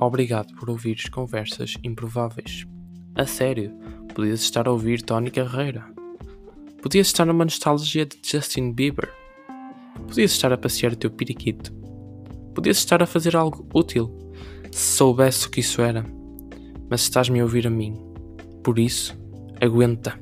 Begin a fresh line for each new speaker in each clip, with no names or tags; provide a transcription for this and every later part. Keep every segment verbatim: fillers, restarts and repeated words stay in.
Obrigado por ouvires conversas improváveis. A sério, podias estar a ouvir Tony Carreira. Podias estar numa nostalgia de Justin Bieber. Podias estar a passear o teu periquito. Podias estar a fazer algo útil, se soubesse o que isso era. Mas estás-me a ouvir a mim. Por isso, aguenta.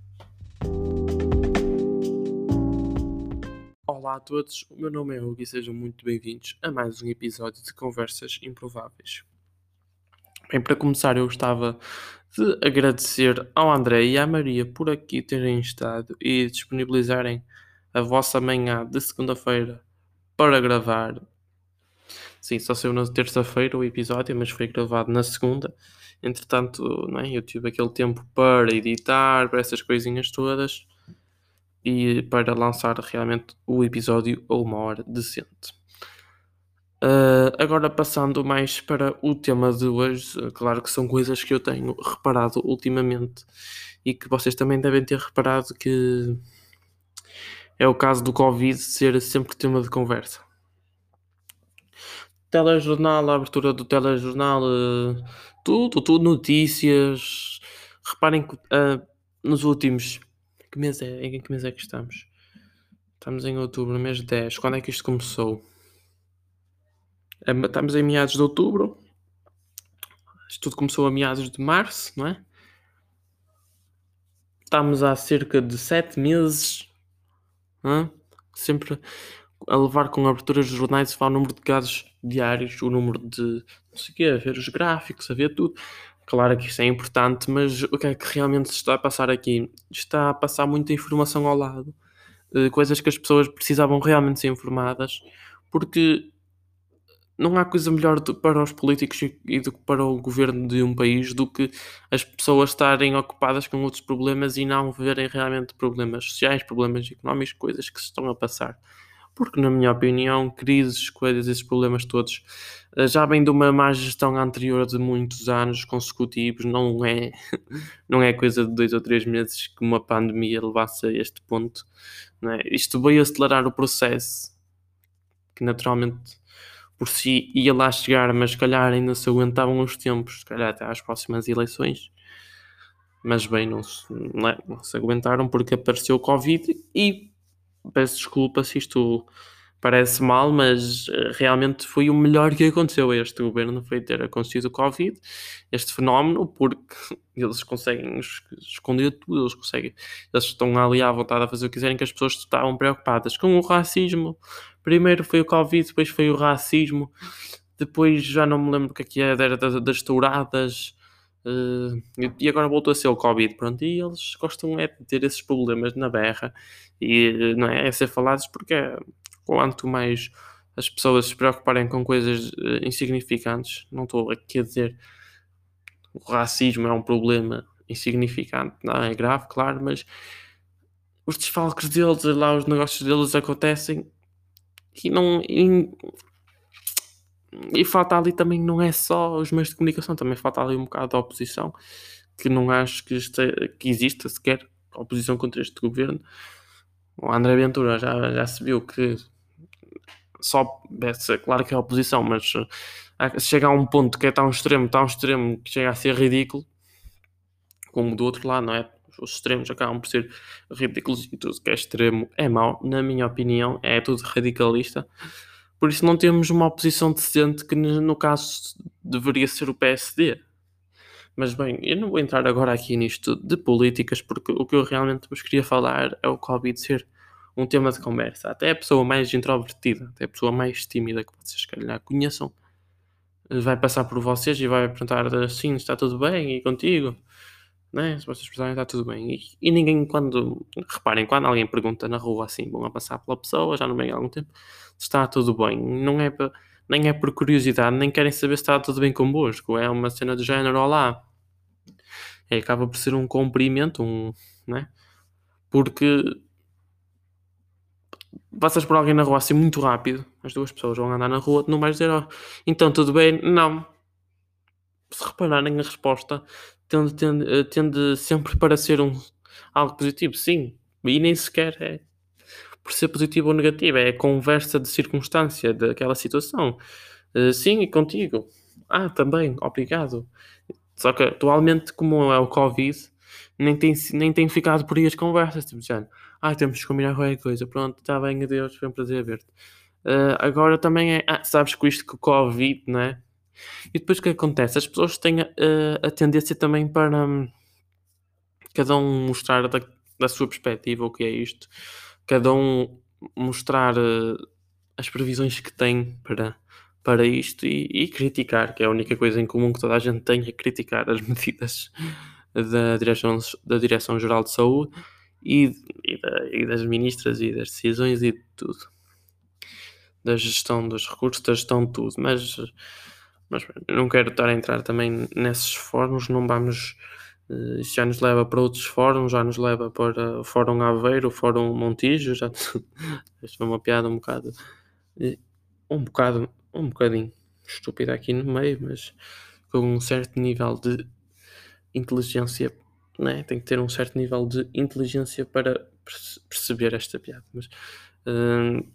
Olá a todos, o meu nome é Hugo e sejam muito bem-vindos a mais um episódio de Conversas Improváveis. Bem, para começar, eu gostava de agradecer ao André e à Maria por aqui terem estado e disponibilizarem a vossa manhã de segunda-feira para gravar. Sim, só saiu na terça-feira o episódio, mas foi gravado na segunda. Entretanto, não é? Eu tive aquele tempo para editar, para essas coisinhas todas e para lançar realmente o episódio a uma hora decente. Uh, agora passando mais para o tema de hoje, uh, claro que são coisas que eu tenho reparado ultimamente e que vocês também devem ter reparado, que é o caso do Covid ser sempre tema de conversa. Telejornal, a abertura do telejornal, uh, tudo, tudo, notícias. Reparem que uh, nos últimos... Que mês é? Em que mês é que estamos? Estamos em outubro, mês dez. Quando é que isto começou? Estamos em meados de outubro. Isto tudo começou a meados de março, não é? Estamos há cerca de sete meses, hein? Sempre a levar com aberturas dos jornais e falar o número de casos diários, o número de não sei o quê, a ver os gráficos, a ver tudo. Claro que isto é importante, mas o que é que realmente se está a passar aqui? Está a passar muita informação ao lado, coisas que as pessoas precisavam realmente ser informadas, porque não há coisa melhor do, para os políticos e do que para o governo de um país do que as pessoas estarem ocupadas com outros problemas e não verem realmente problemas sociais, problemas económicos, coisas que se estão a passar. Porque, na minha opinião, crises, coisas, esses problemas todos, já vêm de uma má gestão anterior de muitos anos consecutivos. Não é, não é coisa de dois ou três meses que uma pandemia levasse a este ponto, não é? Isto veio acelerar o processo, que naturalmente por si ia lá chegar, mas se calhar ainda se aguentavam os tempos, se calhar até às próximas eleições. Mas bem, não se, não é, não se aguentaram porque apareceu o Covid e peço desculpa se isto parece mal, mas realmente foi o melhor que aconteceu a este governo, foi ter acontecido o Covid, este fenómeno, porque eles conseguem esconder tudo, eles conseguem, eles estão ali à vontade a fazer o que quiserem, que as pessoas estavam preocupadas com o racismo. Primeiro foi o Covid, depois foi o racismo, depois já não me lembro o que é que era, das touradas, uh, e agora voltou a ser o Covid, pronto, e eles gostam é de ter esses problemas na berra, e não é, é ser falados porque é, quanto mais as pessoas se preocuparem com coisas uh, insignificantes, não estou aqui a dizer o racismo é um problema insignificante, não é grave, claro, mas os desfalques deles, lá os negócios deles acontecem e não... E, e falta ali também, não é só os meios de comunicação, também falta ali um bocado da oposição, que não acho que, este, que exista sequer oposição contra este governo. O André Ventura já, já se viu que só, é claro que é oposição, mas chega a um ponto que é tão extremo, tão extremo, que chega a ser ridículo, como do outro lado, não é? Os extremos acabam por ser ridículos e tudo que é extremo é mau, na minha opinião, é tudo radicalista. Por isso não temos uma oposição decente, que no caso deveria ser o P S D. Mas bem, eu não vou entrar agora aqui nisto de políticas, porque o que eu realmente vos queria falar é o Covid ser um tema de conversa. Até a pessoa mais introvertida, até a pessoa mais tímida que vocês se calhar conheçam, vai passar por vocês e vai perguntar assim, está tudo bem? E contigo? Né? Se vocês precisarem, está tudo bem. E, e ninguém, quando... Reparem, quando alguém pergunta na rua assim, vão a passar pela pessoa, já não vem há algum tempo, se está tudo bem. Não é, nem é por curiosidade, nem querem saber se está tudo bem convosco. É uma cena do género, olá. É, acaba por ser um cumprimento, um... Né? Porque... Passas por alguém na rua assim muito rápido, as duas pessoas vão andar na rua, não vais dizer, oh, então tudo bem? Não. Se repararem, a resposta tende, tende, tende sempre para ser um, algo positivo, sim. E nem sequer é por ser positivo ou negativo, é a conversa de circunstância daquela situação. Uh, sim, e contigo. Ah, também, obrigado. Só que atualmente, como é o Covid, nem tem, nem tem ficado por aí as conversas, tipo, já, ah, temos que combinar qualquer coisa, pronto, está bem, adeus, foi um prazer ver-te. Uh, agora também é, ah, sabes que isto que o Covid, não é? E depois o que acontece? As pessoas têm a, a tendência também para hum, cada um mostrar da, da sua perspectiva o que é isto, cada um mostrar uh, as previsões que tem para, para isto e, e criticar, que é a única coisa em comum que toda a gente tem, é criticar as medidas da Direção, da Direção-Geral de Saúde e, e, da- e das ministras e das decisões e de tudo, da gestão dos recursos, da gestão de tudo, mas, mas eu não quero estar a entrar também nesses fóruns, não vamos. eh, Isto já nos leva para outros fóruns, já nos leva para o Fórum Aveiro, o Fórum Montijo, já isto foi uma piada um bocado eh, um bocado, um bocadinho estúpida aqui no meio, mas com um certo nível de inteligência, né? Tem que ter um certo nível de inteligência para perce- perceber esta piada. Mas hum,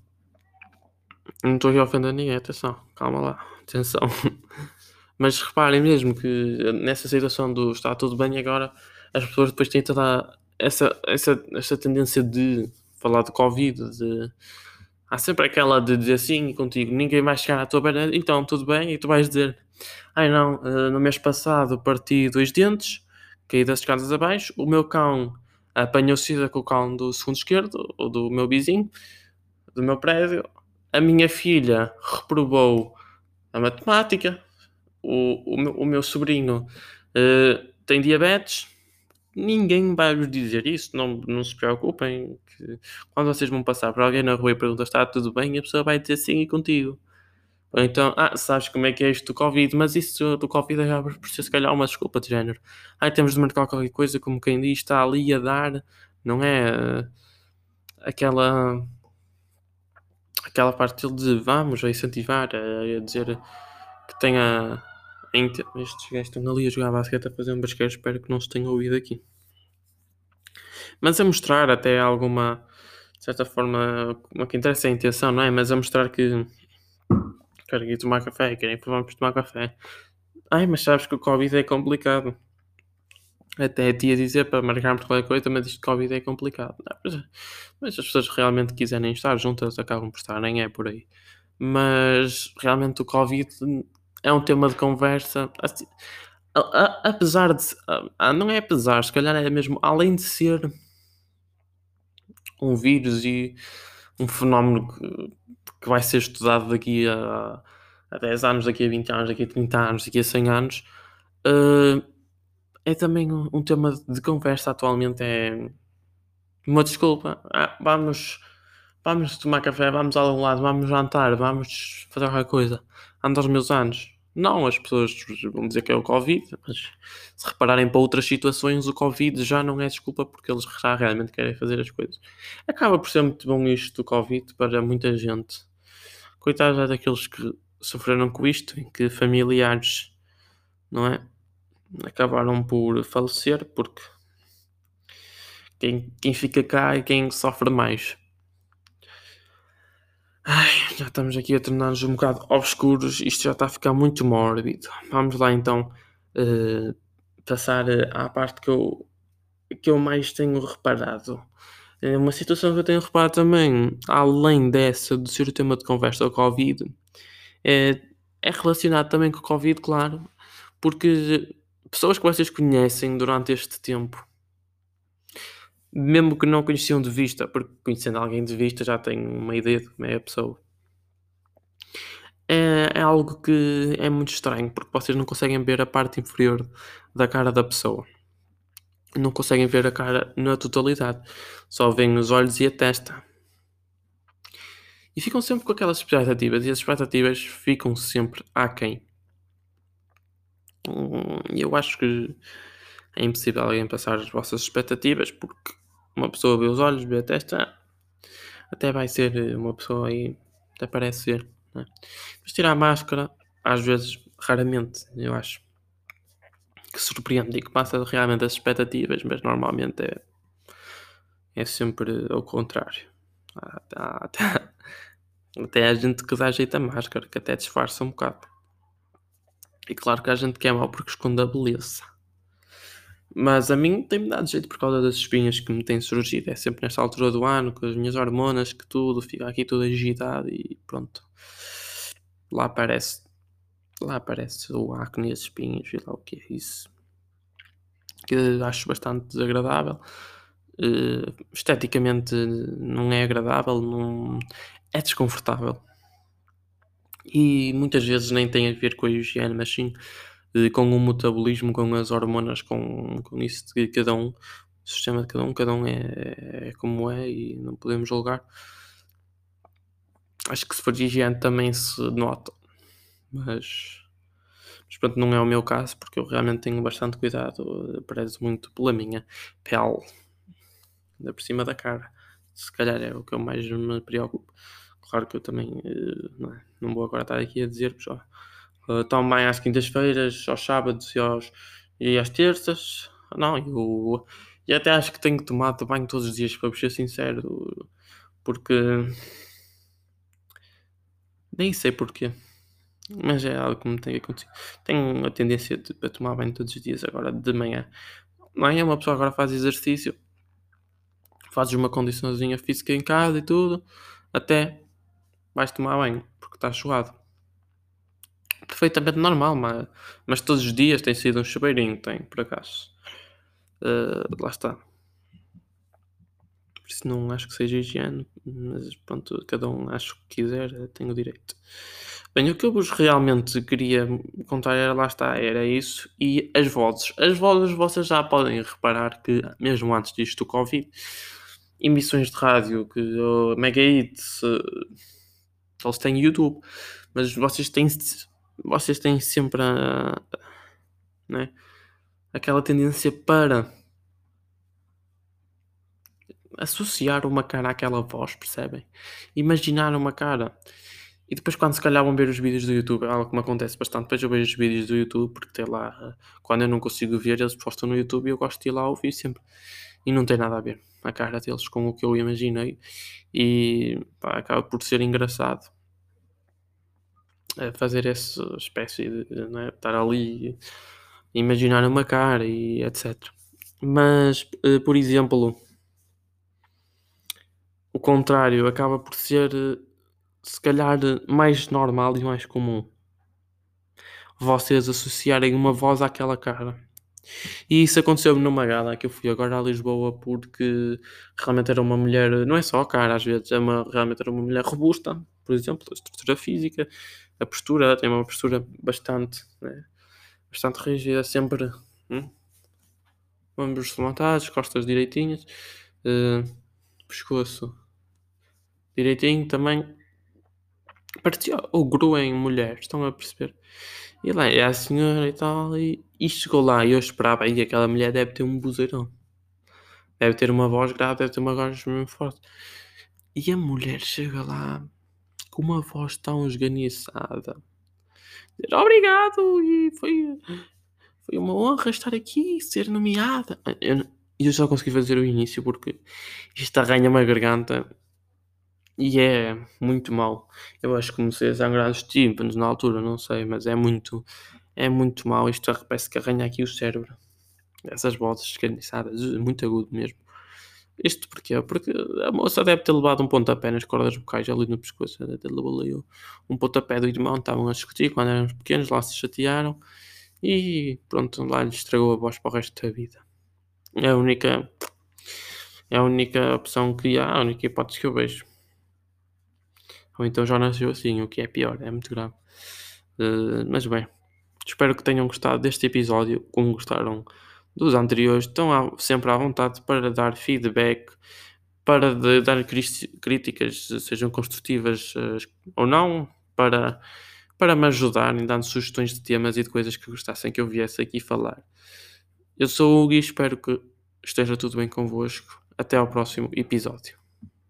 não estou aqui a ofender ninguém, atenção, calma lá, atenção. Mas reparem mesmo que nessa situação do está tudo bem agora, as pessoas depois têm toda essa, essa, essa tendência de falar de Covid, de há sempre aquela de dizer assim contigo, ninguém vai chegar à tua beira, então tudo bem, e tu vais dizer, ai não, eh, no mês passado parti dois dentes, caí das escadas abaixo, o meu cão apanhou sida com o cão do segundo esquerdo, ou do meu vizinho, do meu prédio, a minha filha reprovou a matemática, o, o, meu, o meu sobrinho eh, tem diabetes, ninguém vai vos dizer isso, não, não se preocupem. Que quando vocês vão passar por alguém na rua e perguntam se está tudo bem, a pessoa vai dizer sim e contigo. Ou então, ah, sabes como é que é isto do Covid, mas isso do Covid acaba por ser se calhar uma desculpa de género. Ah, temos de marcar qualquer coisa, como quem diz, está ali a dar, não é eh, aquela, aquela parte dele de vamos a incentivar, a, a dizer que tenha. Estes gajos estão ali a jogar basquete a fazer um basquete, espero que não se tenha ouvido aqui. Mas a mostrar até alguma, de certa forma, o que interessa é a intenção, não é? Mas a mostrar que quero ir tomar café, querem vamos tomar café. Ai, mas sabes que o Covid é complicado. Até a tia dizer para marcarmos qualquer coisa, mas isto de Covid é complicado. Não, mas, mas as pessoas realmente quiserem estar juntas, acabam por estar, nem é por aí. Mas realmente o Covid é um tema de conversa. Assim, a- a- apesar de. a- não é apesar, se calhar é mesmo além de ser um vírus e um fenómeno que, que vai ser estudado daqui a, a dez anos, daqui a vinte anos, daqui a trinta anos, daqui a cem anos, eh, é também um, um tema de conversa atualmente. É uma desculpa. Ah, vamos, vamos tomar café, vamos a algum lado, vamos jantar, vamos fazer qualquer coisa. Anda aos meus anos. Não, as pessoas vão dizer que é o Covid, mas se repararem para outras situações, o Covid já não é desculpa porque eles já realmente querem fazer as coisas. Acaba por ser muito bom isto do Covid para muita gente. Coitados é daqueles que sofreram com isto, em que familiares, não é? Acabaram por falecer porque quem, quem fica cá é quem sofre mais. Ai, já estamos aqui a tornar-nos um bocado obscuros, isto já está a ficar muito mórbido. Vamos lá então eh, passar eh, à parte que eu, que eu mais tenho reparado. É uma situação que eu tenho reparado também, além dessa de ser o tema de conversa ao Covid, é, é relacionado também com o Covid, claro, porque pessoas que vocês conhecem durante este tempo, mesmo que não conheciam de vista, porque conhecendo alguém de vista já têm uma ideia de como é a pessoa. É, é algo que é muito estranho, porque vocês não conseguem ver a parte inferior da cara da pessoa. Não conseguem ver a cara na totalidade. Só veem os olhos e a testa. E ficam sempre com aquelas expectativas, e as expectativas ficam sempre aquém. Hum, E eu acho que é impossível alguém passar as vossas expectativas, porque uma pessoa vê os olhos, vê a testa, até vai ser uma pessoa aí, até parece ser. Não é? Mas tirar a máscara, às vezes, raramente, eu acho que surpreende e que passa realmente as expectativas, mas normalmente é, é sempre ao contrário. Há- há- Até, até a gente que dá jeito a máscara, que até disfarça um bocado. E claro que há gente que é mau porque esconde a beleza. Mas a mim tem-me dado jeito por causa das espinhas que me têm surgido. É sempre nesta altura do ano, com as minhas hormonas, que tudo fica aqui tudo agitado e pronto. Lá aparece, lá aparece o acne e as espinhas e lá o que é isso. Que acho bastante desagradável. Eh, esteticamente não é agradável, não é desconfortável. E muitas vezes nem tem a ver com a higiene, mas sim eh, com o metabolismo, com as hormonas, com, com isso de cada um, o sistema de cada um, cada um é, é como é e não podemos julgar. Acho que se for de higiene também se nota, mas, mas pronto, não é o meu caso porque eu realmente tenho bastante cuidado, prezo muito pela minha pele, ainda por cima da cara. Se calhar é o que eu mais me preocupo. Claro que eu também eh, não, é? Não vou agora estar aqui a dizer-vos, ó, Uh, tomo banho às quintas-feiras, aos sábados e, aos, e às terças. Não, eu, e até acho que tenho que tomar banho todos os dias, para vos ser sincero, porque nem sei porquê, mas é algo que me tem acontecido. Tenho a tendência de, a tomar banho todos os dias agora de manhã. Amanhã uma pessoa agora faz exercício, fazes uma condiçãozinha física em casa e tudo, até vais tomar banho, porque está suado. Perfeitamente normal, mas, mas todos os dias tem sido um chuveirinho, tem, por acaso. Uh, lá está. Por isso não acho que seja higiene, mas pronto, cada um acha o que quiser, tem o direito. Bem, o que eu vos realmente queria contar era, lá está, era isso, e as vozes. As vozes vocês já podem reparar que, mesmo antes disto do Covid, emissões de rádio, que o Mega Hits, eles têm YouTube, mas vocês têm, vocês têm sempre a, né, aquela tendência para associar uma cara àquela voz, percebem? Imaginar uma cara. E depois quando se calhar vão ver os vídeos do YouTube, é algo que me acontece bastante, depois eu vejo os vídeos do YouTube, porque tem lá, quando eu não consigo ver, eles postam no YouTube e eu gosto de ir lá ouvir sempre. E não tem nada a ver a cara deles com o que eu imaginei. E pá, acaba por ser engraçado fazer essa espécie de, não é, estar ali, imaginar uma cara e etcétera. Mas, por exemplo, o contrário acaba por ser, se calhar, mais normal e mais comum. Vocês associarem uma voz àquela cara. E isso aconteceu-me numa gala que eu fui agora a Lisboa porque realmente era uma mulher, não é só a cara, às vezes, é uma, realmente era uma mulher robusta, por exemplo, a estrutura física, a postura, tem uma postura bastante, né, bastante rígida, sempre hum, ombros levantados, costas direitinhas, uh, pescoço direitinho também. Parecia o Gru em mulher, estão a perceber? E lá é a senhora e tal, e, e chegou lá e eu esperava, e aquela mulher deve ter um buzeirão. Deve ter uma voz grave, deve ter uma voz mesmo forte. E a mulher chega lá com uma voz tão esganiçada. Dizer, obrigado, e foi, foi uma honra estar aqui, ser nomeada. E eu, eu só consegui fazer o início porque isto arranha-me a garganta e é muito mau. Eu acho que comecei a sangrar os tímpanos na altura, não sei, mas é muito, é muito mau. Isto parece que arranha aqui o cérebro. Essas vozes esganiçadas, muito agudo mesmo. Isto porquê? Porque a moça deve ter levado um pontapé nas cordas vocais ali no pescoço. Deve ter levado ali um pontapé do irmão. Estavam a discutir quando éramos pequenos, lá se chatearam e pronto, lá lhe estragou a voz para o resto da vida. É a única, é a única opção que há, a única hipótese que eu vejo. Ou então já nasceu assim, o que é pior, é muito grave. Uh, mas bem, espero que tenham gostado deste episódio, como gostaram dos anteriores. Estão à, sempre à vontade para dar feedback, para de, dar críticas, sejam construtivas uh, ou não, para, para me ajudarem, dando sugestões de temas e de coisas que gostassem que eu viesse aqui falar. Eu sou o Hugo e espero que esteja tudo bem convosco. Até ao próximo episódio.